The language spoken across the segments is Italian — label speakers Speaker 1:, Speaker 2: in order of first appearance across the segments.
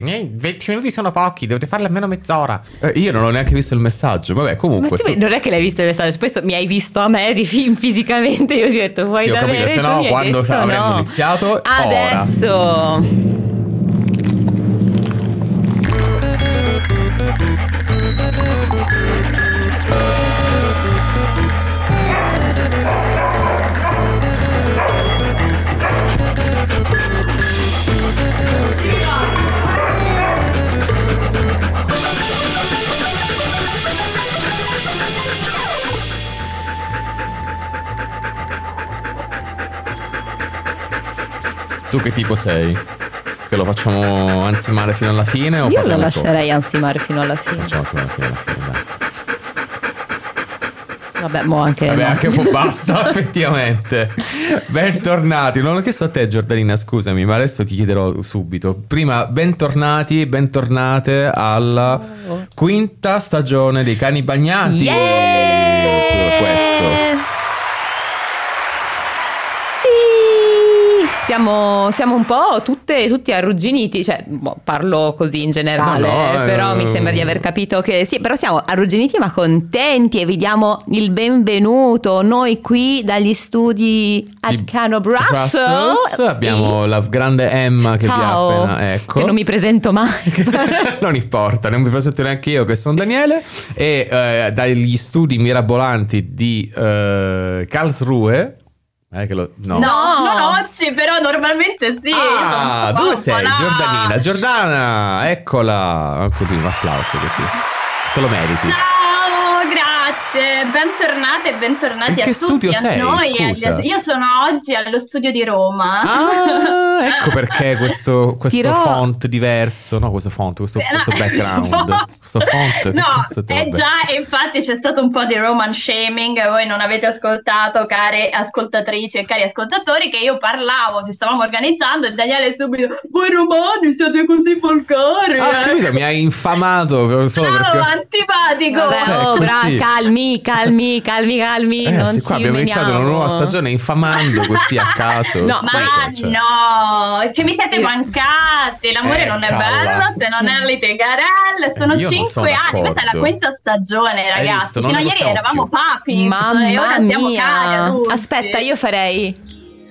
Speaker 1: 20 minuti sono pochi, dovete farle almeno mezz'ora.
Speaker 2: Io non ho neanche visto il messaggio. Vabbè, comunque.
Speaker 3: Ma tu non è che l'hai visto il messaggio, spesso mi hai visto a me fisicamente. Io ti ho detto, vuoi
Speaker 2: sì,
Speaker 3: davvero?
Speaker 2: Se no, quando avremmo iniziato.
Speaker 3: Adesso.
Speaker 2: Ora. Tu che tipo sei? Che lo facciamo ansimare fino alla fine? O
Speaker 3: io lo lascerei ansimare fino alla fine.
Speaker 2: Facciamo ansimare fino alla fine, dai.
Speaker 3: Vabbè, mo anche.
Speaker 2: Vabbè,
Speaker 3: no.
Speaker 2: anche un po' basta, effettivamente. Bentornati. Non l'ho chiesto a te, Giordanina, scusami, ma adesso ti chiederò subito. Prima, bentornate alla quinta stagione dei Cani Bagnati.
Speaker 3: Yeah!
Speaker 2: Questo.
Speaker 3: Siamo un po' tutti arrugginiti, cioè parlo così in generale, però mi sembra di aver capito che sì, però siamo arrugginiti ma contenti e vi diamo il benvenuto noi qui dagli studi al Cano Brussels.
Speaker 2: Abbiamo la grande Emma che vi ha appena, ecco,
Speaker 3: che non mi presento mai.
Speaker 2: Non importa, non mi presento neanche io, che sono Daniele, e dagli studi mirabolanti di Karlsruhe. No,
Speaker 4: non oggi, però normalmente sì.
Speaker 2: Dove sei? Giordanina, Giordana, eccola. Ecco, un applauso così. Te lo meriti.
Speaker 4: Ciao, grazie. Bentornate e bentornati
Speaker 2: in
Speaker 4: a
Speaker 2: che
Speaker 4: tutti.
Speaker 2: studio
Speaker 4: a
Speaker 2: sei?
Speaker 4: noi.
Speaker 2: Scusa.
Speaker 4: Io sono oggi allo studio di Roma.
Speaker 2: Ecco perché questo font diverso. No, questo background. Questo font.
Speaker 4: No, già, e infatti c'è stato un po' di Roman shaming. Voi non avete ascoltato, care ascoltatrici e cari ascoltatori, che io parlavo, ci stavamo organizzando e Daniele subito: voi romani siete così volgari.
Speaker 2: Capito, mi hai infamato solo perché
Speaker 4: antipatico.
Speaker 3: Vabbè, calmi. Non
Speaker 2: sì, qua abbiamo iniziato una nuova stagione infamando così a caso.
Speaker 4: No, che mi siete mancati. L'amore non è bello se non è litigarelle. Sono 5 anni, questa è la quinta stagione, ragazzi. Fino a ieri eravamo papi.
Speaker 3: Mamma
Speaker 4: e ora siamo
Speaker 3: mia.
Speaker 4: cari adulti.
Speaker 3: Aspetta, io farei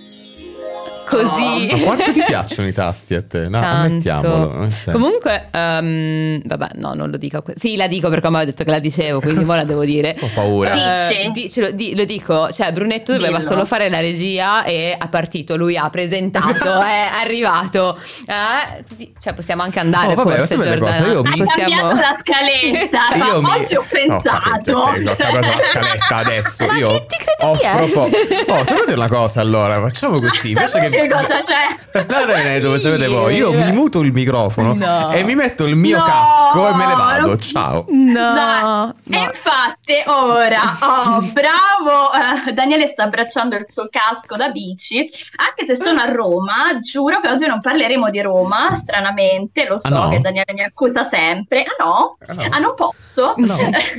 Speaker 3: così.
Speaker 2: Ma quanto ti piacciono i tasti a te? No, ammettiamolo.
Speaker 3: Comunque, vabbè, no, non lo dico. Sì, la dico perché mi aveva detto che la dicevo, quindi ora la devo dire.
Speaker 2: Ho paura.
Speaker 3: Lo dico, cioè Brunetto doveva solo fare la regia e è partito, lui ha presentato, è arrivato. Così, cioè possiamo anche andare, forse, Giordana.
Speaker 4: Hai cambiato la scaletta. Oggi ho pensato.
Speaker 2: Ho cambiato la scaletta adesso.
Speaker 3: Ma
Speaker 2: io
Speaker 3: che ti credi
Speaker 2: sapete una cosa allora? Facciamo così. Invece che
Speaker 4: cosa c'è?
Speaker 2: Andate dove sapete voi. Io mi muto il microfono e mi metto il mio casco e me ne vado. Ciao.
Speaker 4: No. E infatti ora bravo, Daniele sta abbracciando il suo casco da bici. Anche se sono a Roma, giuro che oggi non parleremo di Roma. Stranamente, lo so che Daniele mi accusa sempre. Non posso.
Speaker 2: No.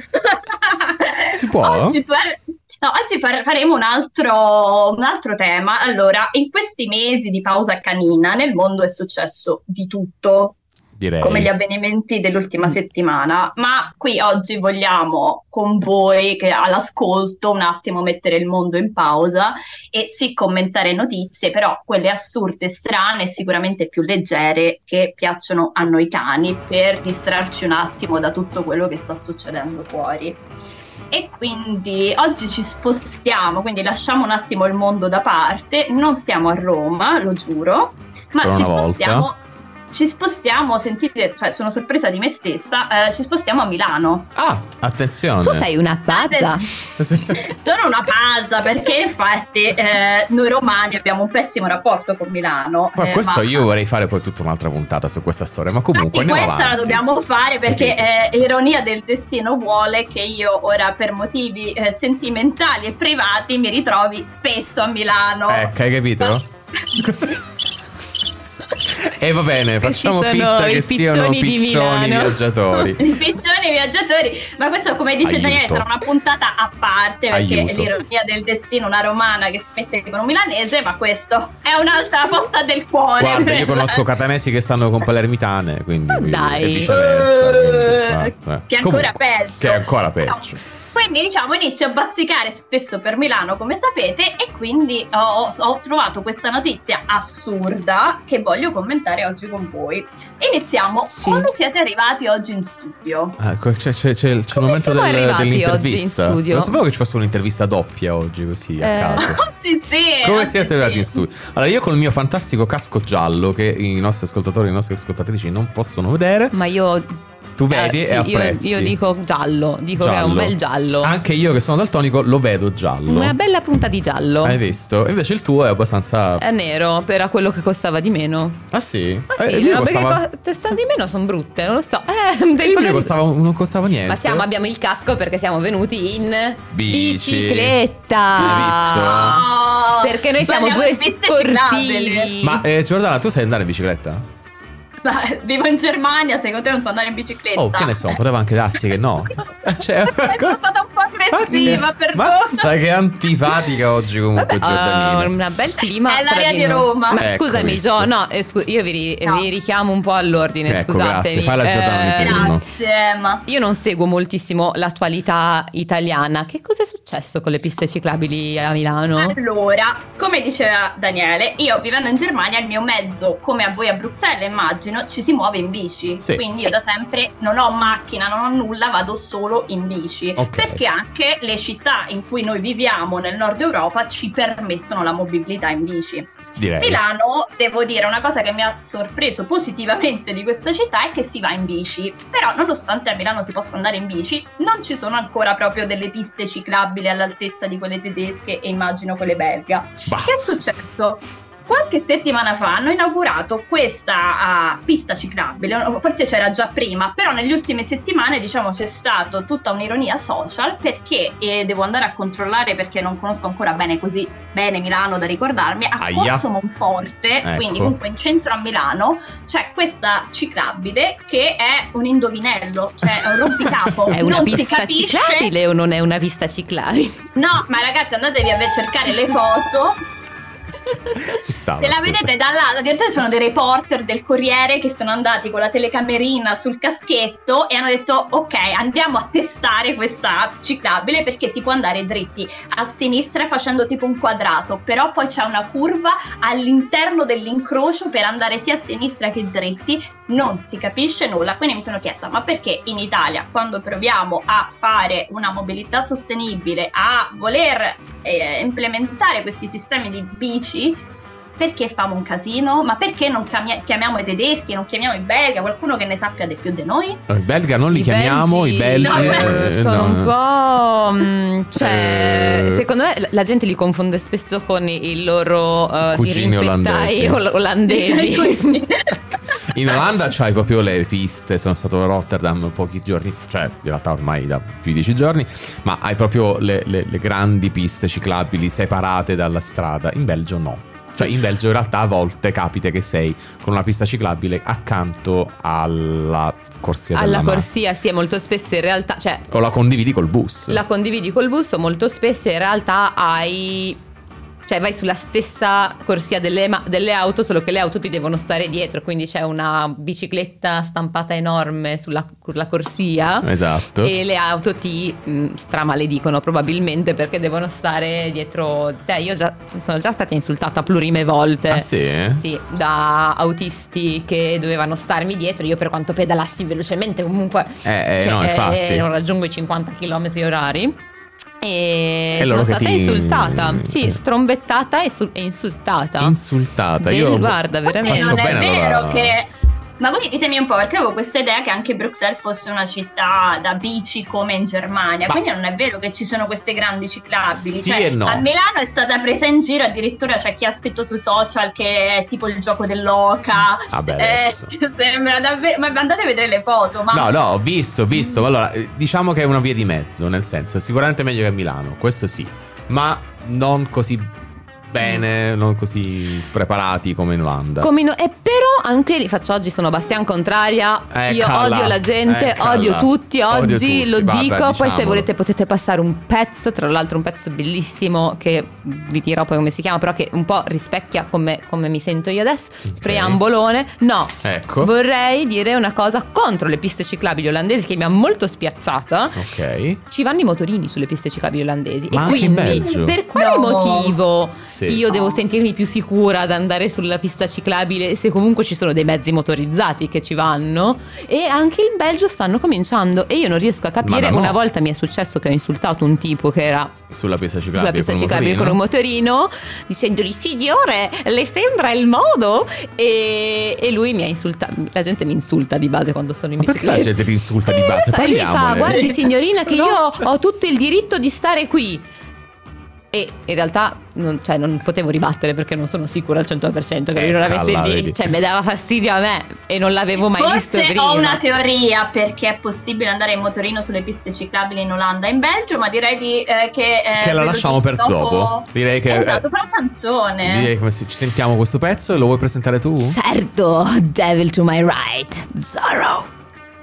Speaker 2: Si può?
Speaker 4: Oggi faremo un altro tema. Allora, in questi mesi di pausa canina nel mondo è successo di tutto, direi, come gli avvenimenti dell'ultima settimana, ma qui oggi vogliamo con voi che all'ascolto un attimo mettere il mondo in pausa e sì commentare notizie, però quelle assurde, strane e sicuramente più leggere che piacciono a noi cani, per distrarci un attimo da tutto quello che sta succedendo fuori. E quindi oggi ci spostiamo, quindi lasciamo un attimo il mondo da parte, non siamo a Roma, lo giuro, ma ci spostiamo, sentite, cioè sono sorpresa di me stessa, ci spostiamo a Milano.
Speaker 2: Attenzione.
Speaker 3: Tu sei una pazza.
Speaker 4: Sono una pazza perché infatti noi romani abbiamo un pessimo rapporto con Milano.
Speaker 2: Ma questo io vorrei fare poi tutta un'altra puntata su questa storia, ma comunque andiamo
Speaker 4: questa
Speaker 2: avanti.
Speaker 4: La dobbiamo fare perché ironia del destino vuole che io ora per motivi sentimentali e privati mi ritrovi spesso a Milano.
Speaker 2: Hai capito? E va bene, facciamo finta che siano piccioni viaggiatori.
Speaker 4: I piccioni viaggiatori. Ma questo, come dice Daniele, sarà una puntata a parte, perché è l'ironia del destino, una romana che si mette con un milanese, ma questo è un'altra posta del cuore.
Speaker 2: Guarda, io conosco catanesi che stanno con palermitane, quindi
Speaker 3: dai.
Speaker 2: e viceversa.
Speaker 4: Che è ancora peggio.
Speaker 2: Che è ancora peggio.
Speaker 4: No. Quindi diciamo inizio a bazzicare spesso per Milano, come sapete, e quindi ho trovato questa notizia assurda che voglio commentare oggi con voi. Iniziamo. Come siete arrivati oggi in studio?
Speaker 2: C'è il momento dell'intervista.
Speaker 3: Oggi in studio?
Speaker 2: Non sapevo che ci fosse un'intervista doppia oggi, così a caso.
Speaker 4: Oggi sì.
Speaker 2: Come siete arrivati in studio? Allora, io col mio fantastico casco giallo, che i nostri ascoltatori e le nostre ascoltatrici non possono vedere.
Speaker 3: Ma io...
Speaker 2: Tu vedi e apprezzi.
Speaker 3: Io dico giallo, dico che è un bel giallo.
Speaker 2: Anche io che sono daltonico lo vedo giallo.
Speaker 3: Una bella punta di giallo.
Speaker 2: Hai visto? Invece il tuo è abbastanza...
Speaker 3: È nero, era quello che costava di meno.
Speaker 2: Ah sì?
Speaker 3: Sì, le robe che costano di meno sono brutte, non lo so.
Speaker 2: Non costava niente.
Speaker 3: Ma abbiamo il casco perché siamo venuti in bicicletta.
Speaker 2: Hai visto?
Speaker 3: Perché noi siamo due sportivi.
Speaker 2: Ma Giordana, tu sai andare in bicicletta?
Speaker 4: Vivo in Germania, secondo te non so andare in bicicletta?
Speaker 2: Oh, che ne so, poteva anche darsi che no.
Speaker 4: Sono stata un po' aggressiva, perdona.
Speaker 2: Mazza, che antipatica oggi comunque Giordanina.
Speaker 3: Un bel clima.
Speaker 4: È l'aria di Roma.
Speaker 3: Ma scusami Gio, io vi richiamo un po' all'ordine,
Speaker 2: ecco,
Speaker 3: scusatemi.
Speaker 2: Grazie, fai la Giordana di turno.
Speaker 4: Grazie, ma
Speaker 3: io non seguo moltissimo l'attualità italiana. Che cosa è successo con le piste ciclabili a Milano?
Speaker 4: Allora, come diceva Daniele, io vivendo in Germania il mio mezzo, come a voi a Bruxelles immagino, ci si muove in bici.
Speaker 2: Sì.
Speaker 4: Quindi io da sempre non ho macchina, non ho nulla, vado solo in bici.
Speaker 2: Okay.
Speaker 4: Perché anche le città in cui noi viviamo nel nord Europa ci permettono la mobilità in bici.
Speaker 2: Direi.
Speaker 4: Milano, devo dire, una cosa che mi ha sorpreso positivamente di questa città è che si va in bici. Però nonostante a Milano si possa andare in bici, non ci sono ancora proprio delle piste ciclabili all'altezza di quelle tedesche e immagino quelle belga.
Speaker 2: Bah.
Speaker 4: Che è successo? Qualche settimana fa hanno inaugurato questa pista ciclabile, forse c'era già prima, però nelle ultime settimane diciamo c'è stata tutta un'ironia social perché, devo andare a controllare perché non conosco ancora così bene Milano da ricordarmi, a Corso Monforte,
Speaker 2: ecco.
Speaker 4: Quindi comunque in centro a Milano c'è questa ciclabile che è un indovinello, cioè un rompicapo.
Speaker 3: È una
Speaker 4: non
Speaker 3: pista
Speaker 4: si
Speaker 3: ciclabile o non è una pista ciclabile?
Speaker 4: No, ma ragazzi andatevi a cercare le foto.
Speaker 2: Ci stava,
Speaker 4: se la vedete da là, addirittura ci sono dei reporter del Corriere che sono andati con la telecamerina sul caschetto e hanno detto ok, andiamo a testare questa ciclabile perché si può andare dritti a sinistra facendo tipo un quadrato, però poi c'è una curva all'interno dell'incrocio per andare sia a sinistra che dritti, non si capisce nulla. Quindi mi sono chiesta, ma perché in Italia quando proviamo a fare una mobilità sostenibile, a voler implementare questi sistemi di bici, perché famo un casino? Ma perché non chiamiamo i tedeschi, non chiamiamo i belga, qualcuno che ne sappia di più di noi?
Speaker 2: I belga non li chiamiamo, i belgi
Speaker 3: sono un po'... secondo me la gente li confonde spesso con i loro
Speaker 2: cugini
Speaker 3: olandesi.
Speaker 2: In Olanda c'hai proprio le piste, sono stato a Rotterdam pochi giorni, cioè in realtà ormai da più di 10 giorni, ma hai proprio le grandi piste ciclabili separate dalla strada. In Belgio no. Cioè in Belgio in realtà a volte capita che sei con una pista ciclabile accanto alla corsia
Speaker 3: alla corsia, sì, molto spesso in realtà, cioè,
Speaker 2: o la condividi col bus.
Speaker 3: La condividi col bus o molto spesso in realtà vai sulla stessa corsia delle auto, solo che le auto ti devono stare dietro, quindi c'è una bicicletta stampata enorme sulla corsia.
Speaker 2: Esatto.
Speaker 3: E le auto ti stramaledicono probabilmente perché devono stare dietro te. Io sono già stata insultata plurime volte.
Speaker 2: Ah sì?
Speaker 3: Sì, da autisti che dovevano starmi dietro. Io per quanto pedalassi velocemente comunque
Speaker 2: no, infatti
Speaker 3: non raggiungo i 50 km/h. E
Speaker 2: sono
Speaker 3: stata insultata, sì, strombettata e insultata.
Speaker 2: Io
Speaker 3: guarda, veramente
Speaker 4: non è vero
Speaker 2: allora...
Speaker 4: che... Ma voi ditemi un po', perché avevo questa idea che anche Bruxelles fosse una città da bici come in Germania, quindi non è vero che ci sono queste grandi ciclabili.
Speaker 2: Sì e no.
Speaker 4: A Milano è stata presa in giro, addirittura c'è chi ha scritto sui social che è tipo il gioco dell'oca. Sembra davvero... Ma andate a vedere le foto. Ma...
Speaker 2: No, ho visto. Allora, diciamo che è una via di mezzo, nel senso, sicuramente meglio che a Milano, questo sì, ma non così bene, non così preparati come in Olanda.
Speaker 3: Però anche lì faccio oggi sono Bastian contraria. Io odio la gente, odio tutti. Oggi lo dico. Poi se volete potete passare un pezzo, tra l'altro un pezzo bellissimo che vi dirò poi come si chiama, però che un po' rispecchia come mi sento io adesso. Preambolone. No,
Speaker 2: ecco.
Speaker 3: Vorrei dire una cosa contro le piste ciclabili olandesi che mi ha molto spiazzata.
Speaker 2: Ok.
Speaker 3: Ci vanno i motorini sulle piste ciclabili olandesi.
Speaker 2: Ma
Speaker 3: e
Speaker 2: anche in
Speaker 3: quindi
Speaker 2: Belgio?
Speaker 3: per quale motivo io devo sentirmi più sicura ad andare sulla pista ciclabile se comunque ci sono dei mezzi motorizzati che ci vanno? E anche in Belgio stanno cominciando e io non riesco a capire. Una volta mi è successo che ho insultato un tipo che era
Speaker 2: sulla pista ciclabile
Speaker 3: con un motorino, dicendogli signore, le sembra il modo? E lui mi ha insultato. La gente mi insulta di base quando sono in bicicletta.
Speaker 2: Perché la gente ti insulta di base?
Speaker 3: E lui fa: guardi signorina che io ho tutto il diritto di stare qui. E in realtà non potevo ribattere perché non sono sicura al 100% che lui non avesse lì. Cioè mi dava fastidio a me e non l'avevo mai visto prima.
Speaker 4: Forse ho una teoria perché è possibile andare in motorino sulle piste ciclabili in Olanda e in Belgio, ma direi che
Speaker 2: la lasciamo per dopo. Direi che
Speaker 4: esatto, per la canzone.
Speaker 2: Direi che ci sentiamo questo pezzo e lo vuoi presentare tu?
Speaker 3: Certo, Devil to my right, Zorro.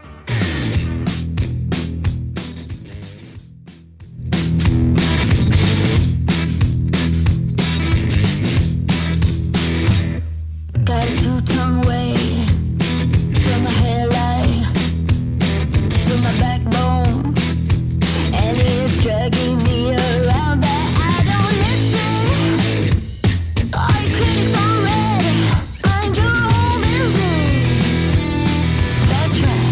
Speaker 5: Got a two-tongue weight from my hairline to my backbone, and it's dragging me around, but I don't listen. All your critics are red, mind your own business. That's right.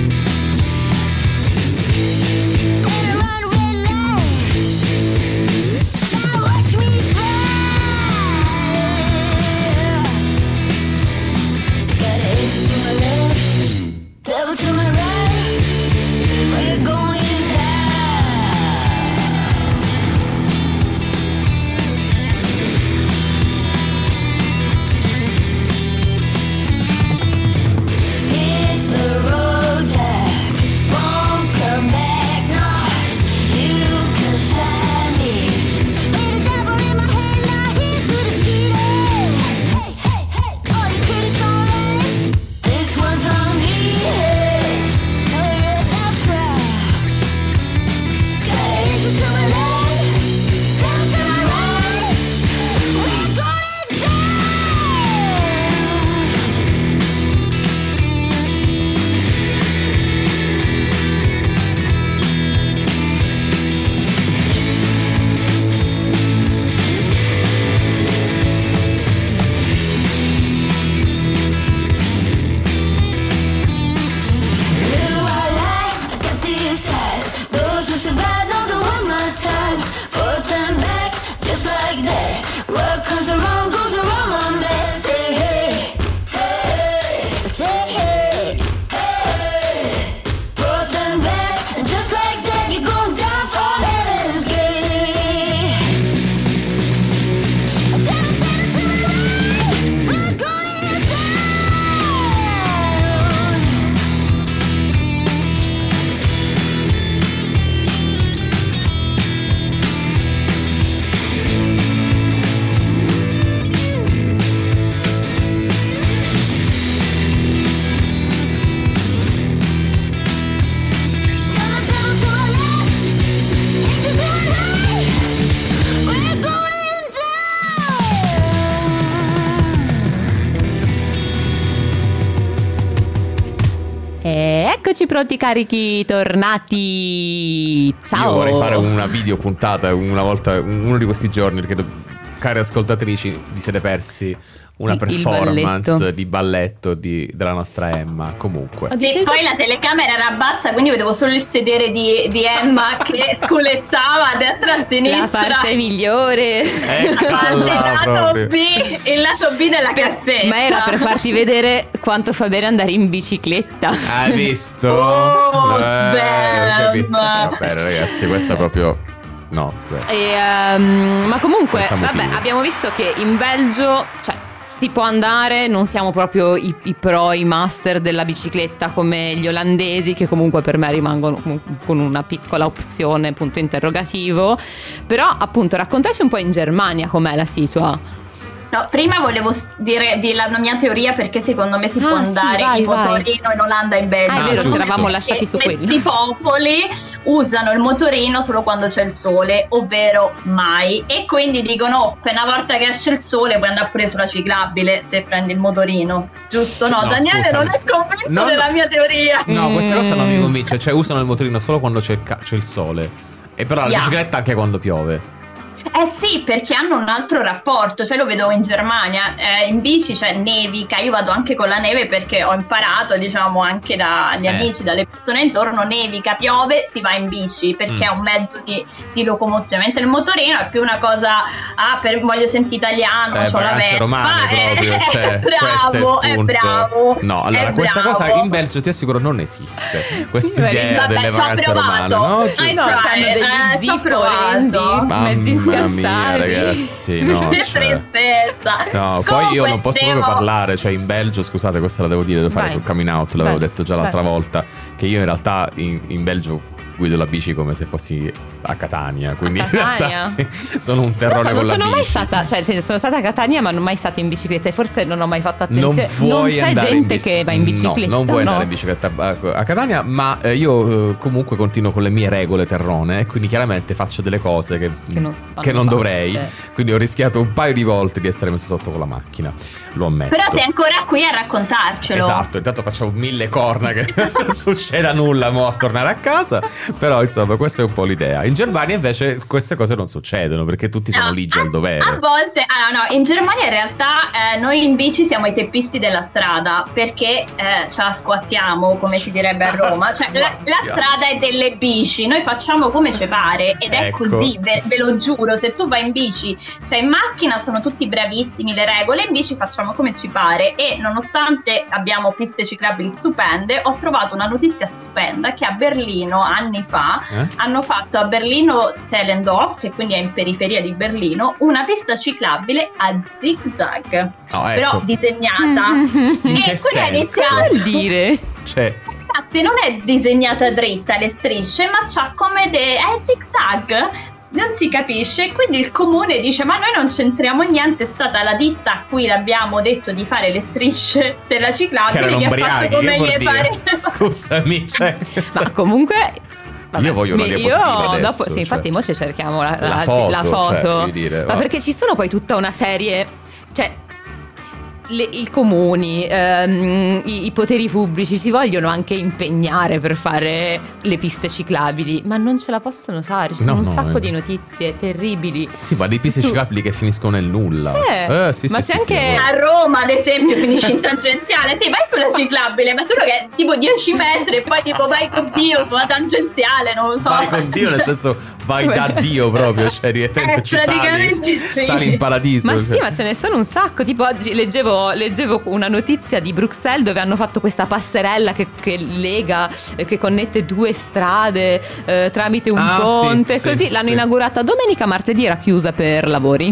Speaker 5: Let it run red lights. Now watch me fly. To my left, devil to my right, we're going down. Hit the road, Jack, won't come back, no, you can tie me. With the devil in my hand, now here's to the cheaters. Hey, hey, hey, all the critics on land. This one's on me, hey. Oh yeah, that's right. Got an angel to my left, down to my right. We're going down. Little while I got these ties. Those who survive know the one more time. Forth and back, just like that. What comes around goes around, my man. Say hey, hey, say hey, hey. Forth and back, and just like that, you're going down for heaven's gate. Down to the right, we're going down.
Speaker 3: Eccoci pronti carichi, tornati. Ciao.
Speaker 2: Io vorrei fare una video puntata una volta, uno di questi giorni, perché care ascoltatrici vi siete persi una performance di balletto della nostra Emma. Comunque
Speaker 4: sì, poi la telecamera era bassa, quindi vedevo solo il sedere di Emma che sculettava a destra e a sinistra.
Speaker 3: La parte migliore.
Speaker 4: Il lato B della cassetta.
Speaker 3: Ma era per farti vedere quanto fa bene andare in bicicletta.
Speaker 2: Hai visto?
Speaker 4: Vabbè
Speaker 2: ragazzi, questa è proprio... No,
Speaker 3: ma comunque vabbè, abbiamo visto che in Belgio, cioè, si può andare, non siamo proprio i pro, i master della bicicletta come gli olandesi, che comunque per me rimangono con una piccola opzione, punto interrogativo. Però appunto raccontaci un po' in Germania com'è la situa.
Speaker 4: No, prima volevo dire la mia teoria, perché secondo me si può andare
Speaker 3: vai,
Speaker 4: in motorino in Olanda e in Belgio.
Speaker 3: Ah, è vero, ci
Speaker 2: giusto.
Speaker 3: eravamo lasciati su quello.
Speaker 4: Questi popoli usano il motorino solo quando c'è il sole, ovvero mai. E quindi dicono, per una volta che esce il sole puoi andare pure sulla ciclabile se prendi il motorino. Giusto? No,
Speaker 2: No,
Speaker 4: Daniele
Speaker 2: scusa.
Speaker 4: non è convinto
Speaker 2: No,
Speaker 4: della mia teoria.
Speaker 2: No, questa cosa non mi convince. Cioè, usano il motorino solo quando c'è il sole. E però la
Speaker 4: Yeah.
Speaker 2: bicicletta anche quando piove.
Speaker 4: Eh sì, perché hanno un altro rapporto, cioè lo vedo in Germania, in bici c'è nevica, io vado anche con la neve perché ho imparato, diciamo, anche dagli amici, dalle persone intorno, nevica, piove, si va in bici perché è un mezzo di locomozione, mentre il motorino è più una cosa, voglio sentire italiano, c'ho la
Speaker 2: vacanze
Speaker 4: Vespa,
Speaker 2: romane proprio, cioè,
Speaker 4: è bravo,
Speaker 2: questo il
Speaker 4: è
Speaker 2: punto.
Speaker 4: bravo.
Speaker 2: No, allora
Speaker 4: è
Speaker 2: questa
Speaker 4: bravo.
Speaker 2: cosa in Belgio ti assicuro non esiste. Questa
Speaker 3: Vabbè,
Speaker 2: idea delle
Speaker 4: ci ho
Speaker 2: vacanze romane,
Speaker 4: provato.
Speaker 2: no?
Speaker 4: I
Speaker 3: No,
Speaker 4: try,
Speaker 3: c'hanno degli
Speaker 4: ci ho
Speaker 3: zip orrendi,
Speaker 4: provato.
Speaker 3: mezzi
Speaker 2: Mamma mia,
Speaker 3: scassati.
Speaker 2: ragazzi, no,
Speaker 4: Che
Speaker 2: cioè.
Speaker 4: tristezza.
Speaker 2: No, poi
Speaker 4: Comunque,
Speaker 2: io non posso proprio
Speaker 4: devo-
Speaker 2: parlare, cioè in Belgio, scusate, questa la devo dire, devo fare
Speaker 3: Vai.
Speaker 2: sul coming out, l'avevo
Speaker 3: Vai.
Speaker 2: detto già l'altra
Speaker 3: Vai.
Speaker 2: volta, che io in realtà in Belgio guido la bici come se fossi a Catania, quindi in
Speaker 3: Catania?
Speaker 2: realtà sì, sono un terrore
Speaker 3: Non
Speaker 2: con la
Speaker 3: sono
Speaker 2: bici.
Speaker 3: mai stata, cioè nel senso, sono stata a Catania ma non mai stata in bicicletta, e forse non ho mai fatto
Speaker 2: Non
Speaker 3: attenzione.
Speaker 2: vuoi
Speaker 3: c'è
Speaker 2: andare
Speaker 3: gente
Speaker 2: in
Speaker 3: che va in bicicletta.
Speaker 2: No, non vuoi
Speaker 3: no?
Speaker 2: andare in bicicletta a Catania, ma io comunque continuo con le mie regole terrone e quindi chiaramente faccio delle cose che
Speaker 3: non si fanno
Speaker 2: che non dovrei.
Speaker 3: fatte.
Speaker 2: Quindi ho rischiato un paio di volte di essere messo sotto con la macchina, lo ammetto.
Speaker 4: Però sei ancora qui a raccontarcelo.
Speaker 2: Esatto, intanto facciamo 1000 corna che non succeda nulla mo a tornare a casa. Però insomma questa è un po' l'idea. In Germania invece queste cose non succedono perché tutti sono
Speaker 4: No,
Speaker 2: ligi al dovere.
Speaker 4: A volte, no, in Germania in realtà noi in bici siamo i teppisti della strada, perché ce la squattiamo, come si direbbe a Roma. Cioè la strada è delle bici, noi facciamo come ci pare ed è
Speaker 2: Ecco.
Speaker 4: così, ve lo giuro. Se tu vai in bici, cioè in macchina sono tutti bravissimi, le regole, in bici facciamo come ci pare. E nonostante abbiamo piste ciclabili stupende, ho trovato una notizia stupenda che a Berlino anni fa hanno fatto a Berlino-Zehlendorf, che quindi è in periferia di Berlino, una pista ciclabile a zig-zag,
Speaker 2: No, ecco.
Speaker 4: però disegnata.
Speaker 2: In
Speaker 4: E
Speaker 2: che
Speaker 4: qui è
Speaker 2: senso?
Speaker 4: iniziato.
Speaker 3: Vuol dire?
Speaker 2: Cioè,
Speaker 4: Ragazzi, non è disegnata dritta le strisce, ma c'ha come è zig-zag. Non si capisce, quindi il comune dice: ma noi non c'entriamo niente, è stata la ditta a cui l'abbiamo detto di fare le strisce della
Speaker 2: che
Speaker 4: ciclabile
Speaker 2: erano
Speaker 4: che ha
Speaker 2: ubriachi,
Speaker 4: fatto come
Speaker 2: che vuol
Speaker 4: gli
Speaker 2: dire?
Speaker 4: pare.
Speaker 2: Scusami, cioè,
Speaker 3: Ma comunque vabbè,
Speaker 2: Io voglio una diapositiva adesso,
Speaker 3: dopo, sì,
Speaker 2: cioè.
Speaker 3: infatti mo ci cerchiamo la
Speaker 2: La
Speaker 3: foto,
Speaker 2: foto, cioè, voglio dire,
Speaker 3: ma
Speaker 2: va.
Speaker 3: perché ci sono poi tutta una serie, cioè i comuni, i poteri pubblici si vogliono anche impegnare per fare le piste ciclabili, ma non ce la possono fare. Ci sono un sacco di notizie terribili.
Speaker 2: sì, ma dei piste
Speaker 3: Su-
Speaker 2: ciclabili che finiscono nel nulla. Sì,
Speaker 3: Ma
Speaker 2: sì,
Speaker 3: c'è
Speaker 2: sì,
Speaker 3: anche-
Speaker 2: sì,
Speaker 4: A Roma, ad esempio, finisci in tangenziale. Sì, vai sulla ciclabile, ma solo che è tipo 10 metri e poi tipo vai con Dio sulla tangenziale, non lo so.
Speaker 2: vai con Dio, nel senso vai da Dio proprio, cioè direttamente ci
Speaker 4: praticamente sì.
Speaker 2: sali in paradiso.
Speaker 3: Ma sì, ma ce ne sono un sacco. Tipo oggi leggevo una notizia di Bruxelles dove hanno fatto questa passerella che lega, che connette due strade tramite un
Speaker 2: Ah,
Speaker 3: ponte.
Speaker 2: sì,
Speaker 3: così
Speaker 2: sì,
Speaker 3: l'hanno
Speaker 2: sì.
Speaker 3: inaugurata domenica, martedì era chiusa per lavori.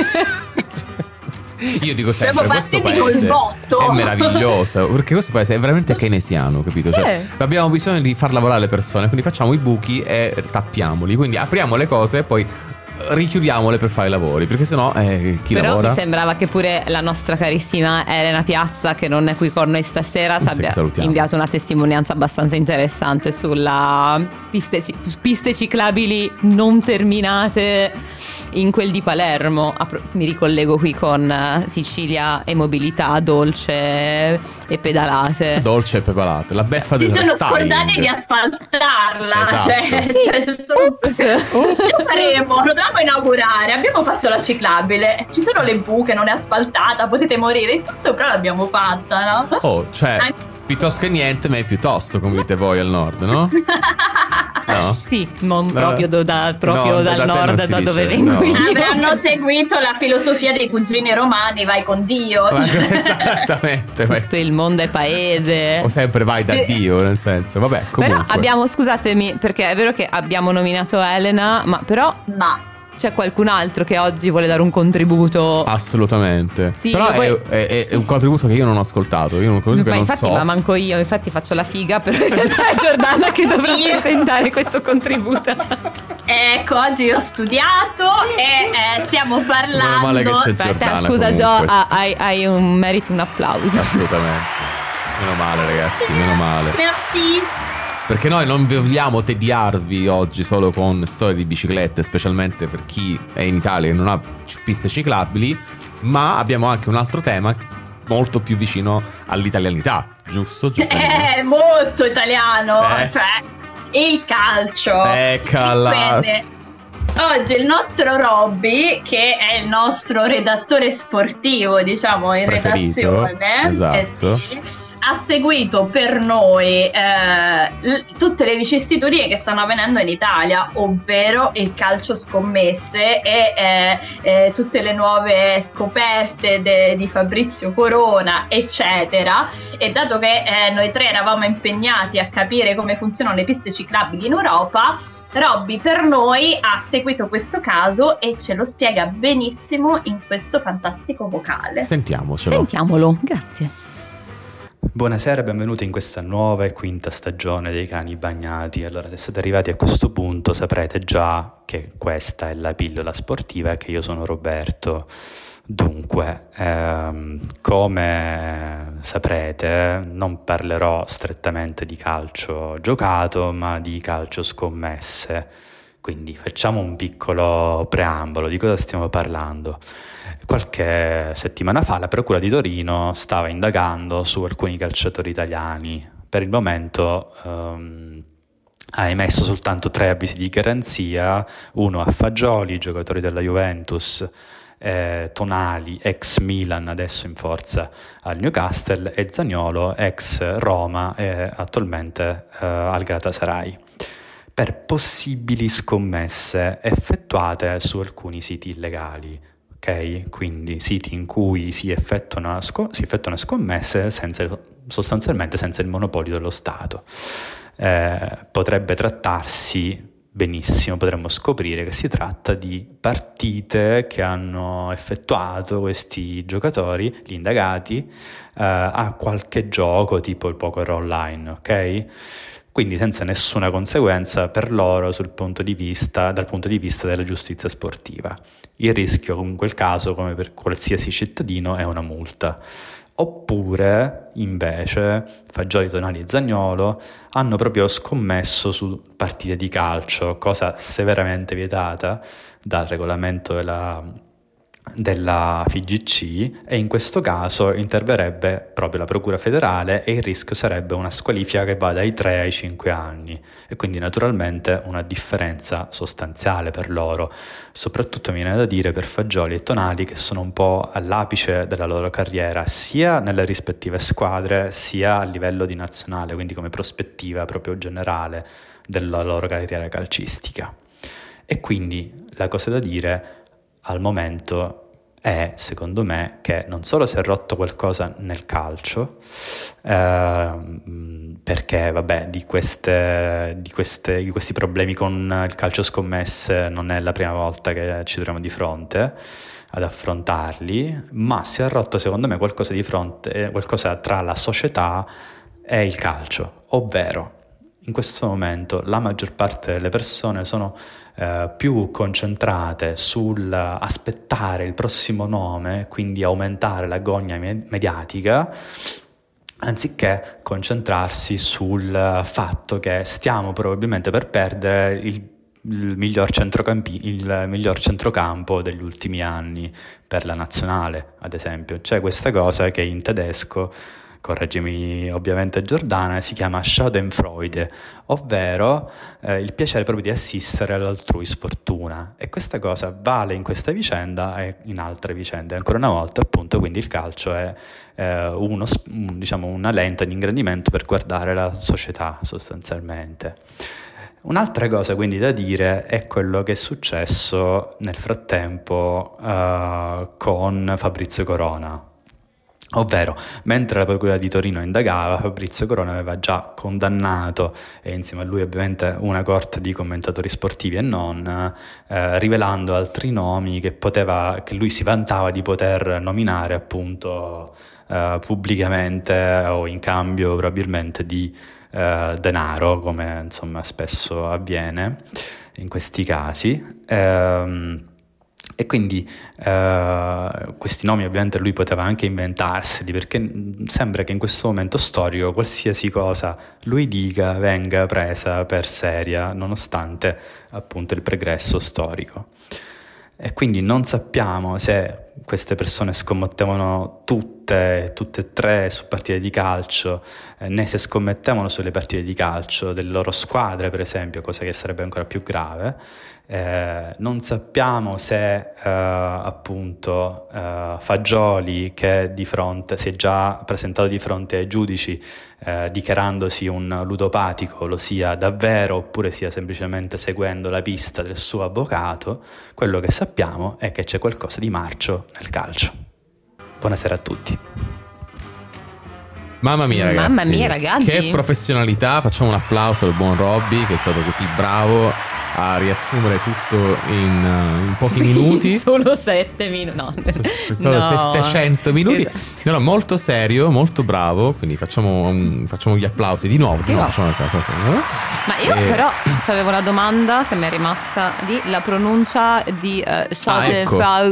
Speaker 2: Io dico sempre,
Speaker 4: Siamo
Speaker 2: questo
Speaker 4: partiti col
Speaker 2: paese
Speaker 4: botto.
Speaker 2: è meraviglioso, perché questo paese è veramente keynesiano, capito? Cioè, abbiamo bisogno di far lavorare le persone, quindi facciamo i buchi e tappiamoli, quindi apriamo le cose e poi richiudiamole per fare i lavori, perché sennò chi
Speaker 3: Però
Speaker 2: lavora?
Speaker 3: mi sembrava che pure la nostra carissima Elena Piazza, che non è qui con noi stasera, ci
Speaker 2: Sì,
Speaker 3: abbia
Speaker 2: salutiamo.
Speaker 3: inviato una testimonianza abbastanza interessante sulla piste ciclabili non terminate in quel di Palermo. Mi ricollego qui con Sicilia e mobilità dolce e pedalate.
Speaker 2: Dolce e pepalate, la beffa
Speaker 4: Si
Speaker 2: del
Speaker 4: sono
Speaker 2: styling.
Speaker 4: scordati di asfaltarla.
Speaker 2: Esatto.
Speaker 4: Cioè, sono...
Speaker 3: Ops.
Speaker 4: Lo faremo, lo dobbiamo inaugurare. Abbiamo fatto la ciclabile. Ci sono le buche, non è asfaltata, potete morire e tutto, però l'abbiamo fatta, no?
Speaker 2: Oh, cioè,
Speaker 4: Anche-
Speaker 2: piuttosto che niente, ma è piuttosto, come dite voi al nord, no? No?
Speaker 3: Sì, non proprio,
Speaker 2: No,
Speaker 3: dal
Speaker 2: da te
Speaker 3: nord,
Speaker 2: non si
Speaker 3: da dove
Speaker 2: dice,
Speaker 3: vengo
Speaker 2: no.
Speaker 3: io.
Speaker 4: Avranno seguito la filosofia dei cugini romani, vai con Dio.
Speaker 2: Esattamente, vai.
Speaker 3: Tutto il mondo è paese.
Speaker 2: O sempre vai da Dio, nel senso, vabbè, comunque.
Speaker 3: Però abbiamo, scusatemi, perché è vero che abbiamo nominato Elena, ma però
Speaker 4: Ma
Speaker 3: c'è qualcun altro che oggi vuole dare un contributo?
Speaker 2: Assolutamente.
Speaker 3: Sì,
Speaker 2: però
Speaker 3: poi-
Speaker 2: è un contributo che io non ho ascoltato. Io un contributo
Speaker 3: Ma
Speaker 2: che non
Speaker 3: infatti,
Speaker 2: so.
Speaker 3: ma manco io, infatti faccio la figa, però in realtà è Giordana che dovrà
Speaker 4: Sì.
Speaker 3: presentare questo contributo.
Speaker 4: Ecco, oggi ho studiato e stiamo
Speaker 2: Meno male che
Speaker 4: parlando.
Speaker 2: c'è
Speaker 3: Aspetta,
Speaker 2: Giordana
Speaker 3: scusa Gio,
Speaker 2: comunque.
Speaker 3: hai un meriti un applauso.
Speaker 2: Assolutamente. Meno male, ragazzi, meno male.
Speaker 4: Sì.
Speaker 2: Perché noi non vogliamo tediarvi oggi solo con storie di biciclette, specialmente per chi è in Italia e non ha piste ciclabili, ma abbiamo anche un altro tema molto più vicino all'italianità, giusto? Giordana?
Speaker 4: È molto italiano,
Speaker 2: Eh.
Speaker 4: cioè il calcio.
Speaker 2: Eccola.
Speaker 4: Quindi, oggi il nostro Robby, che è il nostro redattore sportivo, diciamo, in
Speaker 2: Preferito,
Speaker 4: redazione,
Speaker 2: esatto.
Speaker 4: sì, ha seguito per noi tutte le vicissitudini che stanno avvenendo in Italia, ovvero il calcio scommesse e tutte le nuove scoperte di Fabrizio Corona, eccetera. E dato che noi tre eravamo impegnati a capire come funzionano le piste ciclabili in Europa, Robby per noi ha seguito questo caso e ce lo spiega benissimo in questo fantastico vocale.
Speaker 2: Sentiamocelo.
Speaker 3: Sentiamolo, grazie.
Speaker 6: Buonasera e benvenuti in questa nuova e quinta stagione dei Cani Bagnati. Allora, se siete arrivati a questo punto saprete già che questa è la pillola sportiva e che io sono Roberto. Dunque, come saprete, non parlerò strettamente di calcio giocato, ma di calcio scommesse. Quindi facciamo un piccolo preambolo di cosa stiamo parlando. Qualche settimana fa la Procura di Torino stava indagando su alcuni calciatori italiani. Per il momento ha emesso soltanto 3 avvisi di garanzia, uno a Fagioli, giocatori della Juventus, Tonali, ex Milan, adesso in forza al Newcastle, e Zaniolo, ex Roma e attualmente al Galatasaray, per possibili scommesse effettuate su alcuni siti illegali. Ok, quindi siti in cui si effettuano scommesse sostanzialmente senza il monopolio dello Stato. Potrebbe trattarsi, benissimo, potremmo scoprire che si tratta di partite che hanno effettuato questi giocatori, gli indagati, a qualche gioco tipo il poker online, ok? Quindi senza nessuna conseguenza per loro dal punto di vista della giustizia sportiva. Il rischio in quel caso, come per qualsiasi cittadino, è una multa. Oppure, invece, Fagioli, Tonali e Zaniolo hanno proprio scommesso su partite di calcio, cosa severamente vietata dal regolamento della FIGC, e in questo caso interverrebbe proprio la Procura federale e il rischio sarebbe una squalifica che va dai 3 ai 5 anni e quindi naturalmente una differenza sostanziale per loro, soprattutto mi viene da dire per Fagioli e Tonali, che sono un po' all'apice della loro carriera sia nelle rispettive squadre sia a livello di nazionale, quindi come prospettiva proprio generale della loro carriera calcistica. E quindi la cosa da dire al momento è, secondo me, che non solo si è rotto qualcosa nel calcio, perché vabbè di questi problemi con il calcio scommesse non è la prima volta che ci troviamo di fronte ad affrontarli, ma si è rotto secondo me qualcosa tra la società e il calcio, ovvero in questo momento la maggior parte delle persone sono più concentrate sull'aspettare il prossimo nome, quindi aumentare l'agonia mediatica, anziché concentrarsi sul fatto che stiamo probabilmente per perdere il miglior centrocampo degli ultimi anni per la nazionale, ad esempio. C'è questa cosa che in tedesco, correggimi ovviamente Giordana, si chiama Schadenfreude, ovvero il piacere proprio di assistere all'altrui sfortuna, e questa cosa vale in questa vicenda e in altre vicende. Ancora una volta, appunto, quindi il calcio è una lente di ingrandimento per guardare la società sostanzialmente. Un'altra cosa quindi da dire è quello che è successo nel frattempo con Fabrizio Corona. Ovvero, mentre la Procura di Torino indagava, Fabrizio Corona aveva già condannato, e insieme a lui ovviamente una corte di commentatori sportivi e non, rivelando altri nomi che lui si vantava di poter nominare appunto pubblicamente o in cambio probabilmente di denaro, come insomma spesso avviene in questi casi. E quindi questi nomi ovviamente lui poteva anche inventarseli, perché sembra che in questo momento storico qualsiasi cosa lui dica venga presa per seria, nonostante appunto il pregresso storico. E quindi non sappiamo se queste persone scommettevano tutte e tre su partite di calcio, né se scommettevano sulle partite di calcio delle loro squadre, per esempio, cosa che sarebbe ancora più grave. Non sappiamo se appunto Fagioli, che si è già presentato di fronte ai giudici dichiarandosi un ludopatico, lo sia davvero oppure sia semplicemente seguendo la pista del suo avvocato. Quello che sappiamo è che c'è qualcosa di marcio nel calcio. Buonasera a tutti.
Speaker 2: Mamma mia ragazzi,
Speaker 3: Mamma mia, ragazzi.
Speaker 2: Che professionalità. Facciamo un applauso al buon Robby, che è stato così bravo a riassumere tutto in pochi minuti.
Speaker 3: Solo 7 minuti. No.
Speaker 2: Sono 700 minuti. No, molto serio, molto bravo. Quindi facciamo gli applausi di nuovo. Facciamo una cosa, no?
Speaker 3: Ma io però avevo una domanda che mi è rimasta lì. La pronuncia di Schade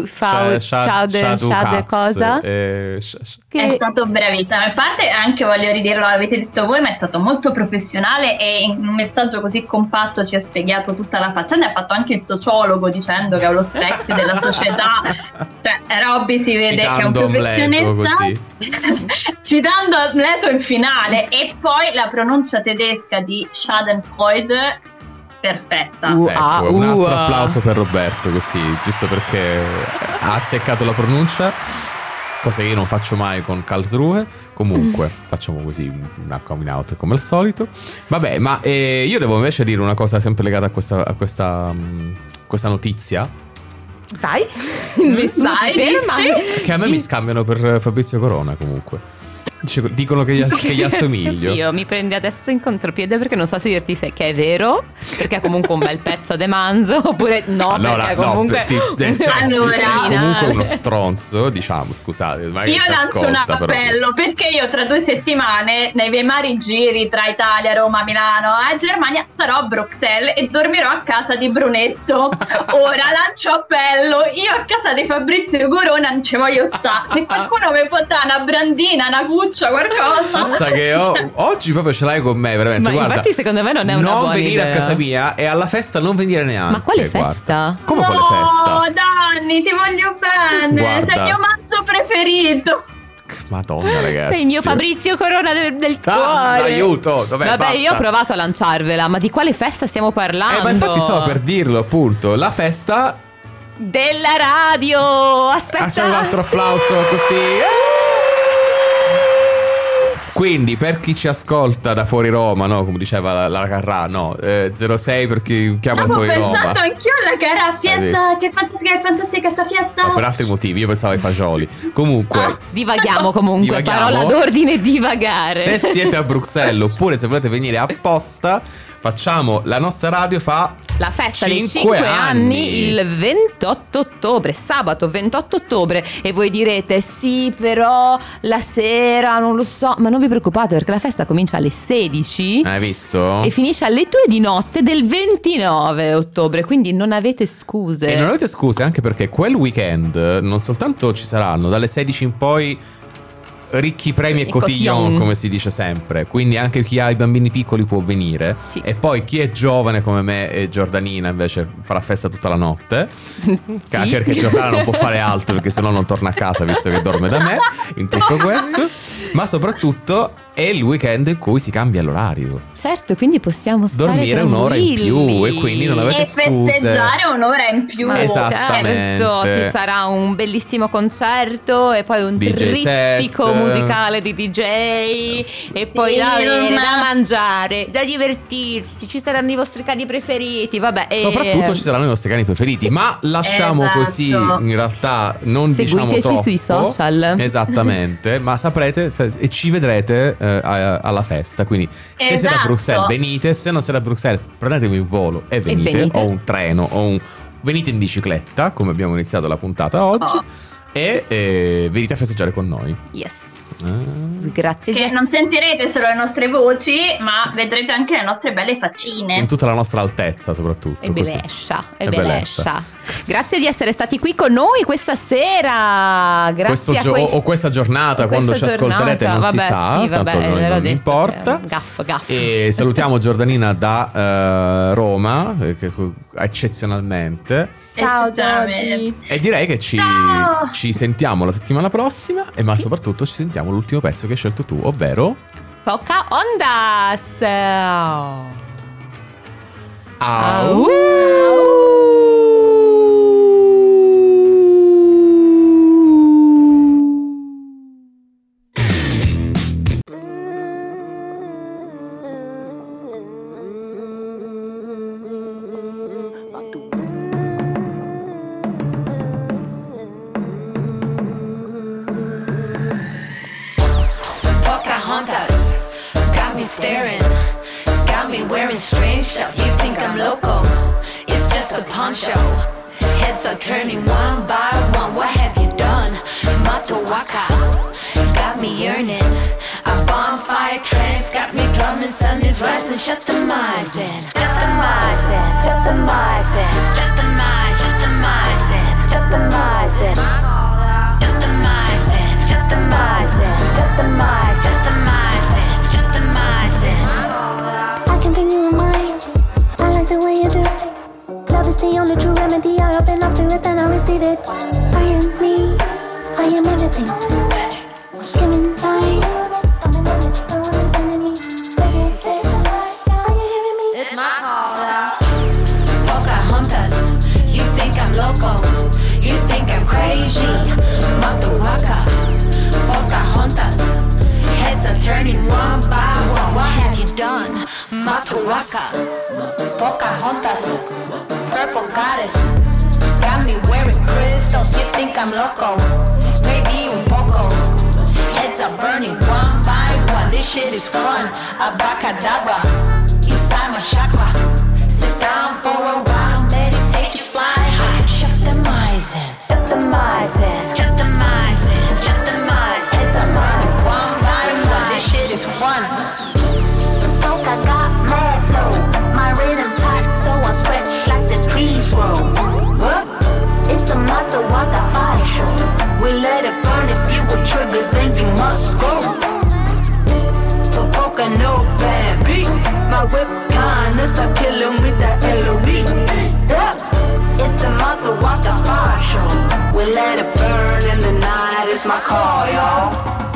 Speaker 3: cosa?
Speaker 4: È stato bravissimo. A parte, anche voglio ridirlo, l'avete detto voi, ma è stato molto professionale e in un messaggio così compatto ci ha spiegato tutta la faccenda. Ha fatto anche il sociologo dicendo che è lo specchio della società. Cioè, Robby si vede che è un professionista, citando Amleto in finale. E poi la pronuncia tedesca di Schadenfreude perfetta.
Speaker 2: Un altro applauso per Roberto, così, giusto perché ha azzeccato la pronuncia, cosa che io non faccio mai con Karlsruhe. Comunque facciamo così una coming out come al solito. Vabbè, ma io devo invece dire una cosa sempre legata a questa notizia.
Speaker 3: Dai,
Speaker 2: che a me mi scambiano per Fabrizio Corona comunque. Dicono che gli assomiglio.
Speaker 3: Io mi prendi adesso in contropiede perché non so se dirti che è vero, perché ha comunque un bel pezzo de manzo, oppure no,
Speaker 2: allora,
Speaker 3: perché comunque
Speaker 2: comunque uno stronzo, diciamo, scusate.
Speaker 4: Io lancio un appello, perché io tra 2 settimane nei miei vari giri tra Italia, Roma, Milano e Germania sarò a Bruxelles e dormirò a casa di Brunetto. Ora lancio appello, io a casa di Fabrizio Corona non ci voglio stare. Se qualcuno mi può dare una brandina, una cuccia, qualcosa.
Speaker 2: Pensa che oggi proprio ce l'hai con me, veramente.
Speaker 3: Ma
Speaker 2: guarda,
Speaker 3: infatti secondo me non è una buona idea.
Speaker 2: Non venire a casa mia e alla festa non venire neanche.
Speaker 3: Ma quale
Speaker 2: guarda.
Speaker 3: festa?
Speaker 2: Come quale festa?
Speaker 4: No, Danni, ti voglio bene.
Speaker 2: Guarda.
Speaker 4: Sei il mio mazzo preferito.
Speaker 2: Madonna, ragazzi.
Speaker 3: Sei il mio Fabrizio Corona del cuore.
Speaker 2: Aiuto. Vabbè,
Speaker 3: basta. Io ho provato a lanciarvela, ma di quale festa stiamo parlando?
Speaker 2: Ma infatti stavo per dirlo, appunto. La festa
Speaker 3: della radio. Aspetta.
Speaker 2: C'è un altro applauso così. Quindi per chi ci ascolta da fuori Roma, no, come diceva la Carrà, no, 06 per chi chiama da fuori Roma.
Speaker 4: Ho pensato anch'io alla Carrà, fiesta, che fantastica sta fiesta.
Speaker 2: No, per altri motivi, io pensavo ai fagioli. Comunque
Speaker 3: divaghiamo comunque, parola d'ordine, divagare.
Speaker 2: Se siete a Bruxelles oppure se volete venire apposta, facciamo, la nostra radio fa
Speaker 3: la festa dei 5 anni il 28 ottobre, sabato 28 ottobre. E voi direte sì, però la sera non lo so. Ma non vi preoccupate, perché la festa comincia alle 16.
Speaker 2: Hai visto?
Speaker 3: E finisce alle 2 di notte del 29 ottobre. Quindi non avete scuse.
Speaker 2: E non avete scuse, anche perché quel weekend non soltanto ci saranno dalle 16 in poi ricchi premi e cotillon, come si dice sempre. Quindi anche chi ha i bambini piccoli può venire, sì. E poi chi è giovane come me e Giordanina invece farà festa tutta la notte. Sì. Anche perché Giordana non può fare altro, perché sennò non torna a casa, visto che dorme da me in tutto questo. ma soprattutto è il weekend in cui si cambia l'orario.
Speaker 3: Certo, quindi possiamo stare
Speaker 2: Dormire un'ora in più e quindi non avete
Speaker 4: E
Speaker 2: scuse.
Speaker 4: festeggiare un'ora in più.
Speaker 3: Ma
Speaker 2: Esattamente.
Speaker 3: certo, ci sarà un bellissimo concerto e poi un
Speaker 2: DJ
Speaker 3: trittico
Speaker 2: set.
Speaker 3: musicale di DJ e poi da bere, da mangiare, da divertirsi, ci saranno i vostri cani preferiti, vabbè.
Speaker 2: Soprattutto ci saranno i nostri cani preferiti,
Speaker 3: Sì.
Speaker 2: ma lasciamo
Speaker 4: Esatto.
Speaker 2: così, in realtà non diciamo
Speaker 3: Seguiteci
Speaker 2: troppo.
Speaker 3: sui social.
Speaker 2: Esattamente, ma saprete e ci vedrete alla festa, quindi se siete a
Speaker 4: Esatto.
Speaker 2: Bruxelles venite, se non siete a Bruxelles prendetevi un volo e venite, o un treno venite in bicicletta, come abbiamo iniziato la puntata oggi, e venite a festeggiare con noi.
Speaker 3: Yes. Grazie
Speaker 4: Che non sentirete solo le nostre voci, ma vedrete anche le nostre belle faccine.
Speaker 2: In tutta la nostra altezza, soprattutto.
Speaker 3: E
Speaker 2: così.
Speaker 3: bellescia, e
Speaker 2: E
Speaker 3: bellescia.
Speaker 2: bellescia.
Speaker 3: Grazie di essere stati qui con noi questa sera. Grazie
Speaker 2: o questa giornata,
Speaker 3: o
Speaker 2: quando
Speaker 3: questa
Speaker 2: ci ascolterete
Speaker 3: giornata.
Speaker 2: non si
Speaker 3: Vabbè,
Speaker 2: sa,
Speaker 3: sì,
Speaker 2: tanto
Speaker 3: vabbè, ve l'ho
Speaker 2: non
Speaker 3: detto,
Speaker 2: importa.
Speaker 3: Gaff.
Speaker 2: E salutiamo Giordanina da Roma, eccezionalmente.
Speaker 3: Ciao
Speaker 4: Eccezionalmente.
Speaker 3: Giorgi.
Speaker 2: E direi che
Speaker 4: Ciao!
Speaker 2: ci sentiamo la settimana prossima, ma soprattutto ci sentiamo l'ultimo pezzo che hai scelto tu, ovvero
Speaker 3: Pocahontas.
Speaker 2: Au.
Speaker 5: Pocahontas got me staring, got me wearing strange stuff. You think I'm loco? It's just a poncho. Heads are turning one by one. What have you done? Matawaka got me yearning. A bonfire trance got me drumming. Sun is rising. Shut the mice in. Shut the mice in. Shut the mice in. Shut the mice. Shut the mice in. Shut the mice in. Shut the mice in. Shut the mice in. Shut the mice. Shut the mice in. Shut the mice in.
Speaker 7: I can bring you a mind. I like the way you do. Love is the only true remedy. I open up to it and I receive it. I am me. I am everything. Skimming lines. I'm an image. No one is enemy. Are you hearing me?
Speaker 5: It's my call. Pocahontas, you think I'm loco? You think I'm crazy? Matawaka. Pocahontas, heads are turning one by one. What have you done? Matawaka. Pocahontas, purple goddess, got me wearing crystals. You think I'm loco? Maybe un poco. Heads are burning one by one. This shit is fun. Abracadabra, inside my chakra. Sit down for a while, meditate, you fly high. Shut the mice in. Shut the mice in. Shut the mice in. Shut the mice. Heads are burning one by one. This shit is fun.
Speaker 7: Polka got mad flow. My rhythm tight, so I stretch like the trees grow.
Speaker 5: What?
Speaker 7: It's a Matawaka fire show.
Speaker 5: We let it burn. If you would trigger, then you must go. But Polka no bad beat. My whip kindness, I kill him with that LOV. Yeah. It's a Matawaka fire show. We let it burn in the night. It's my call, y'all.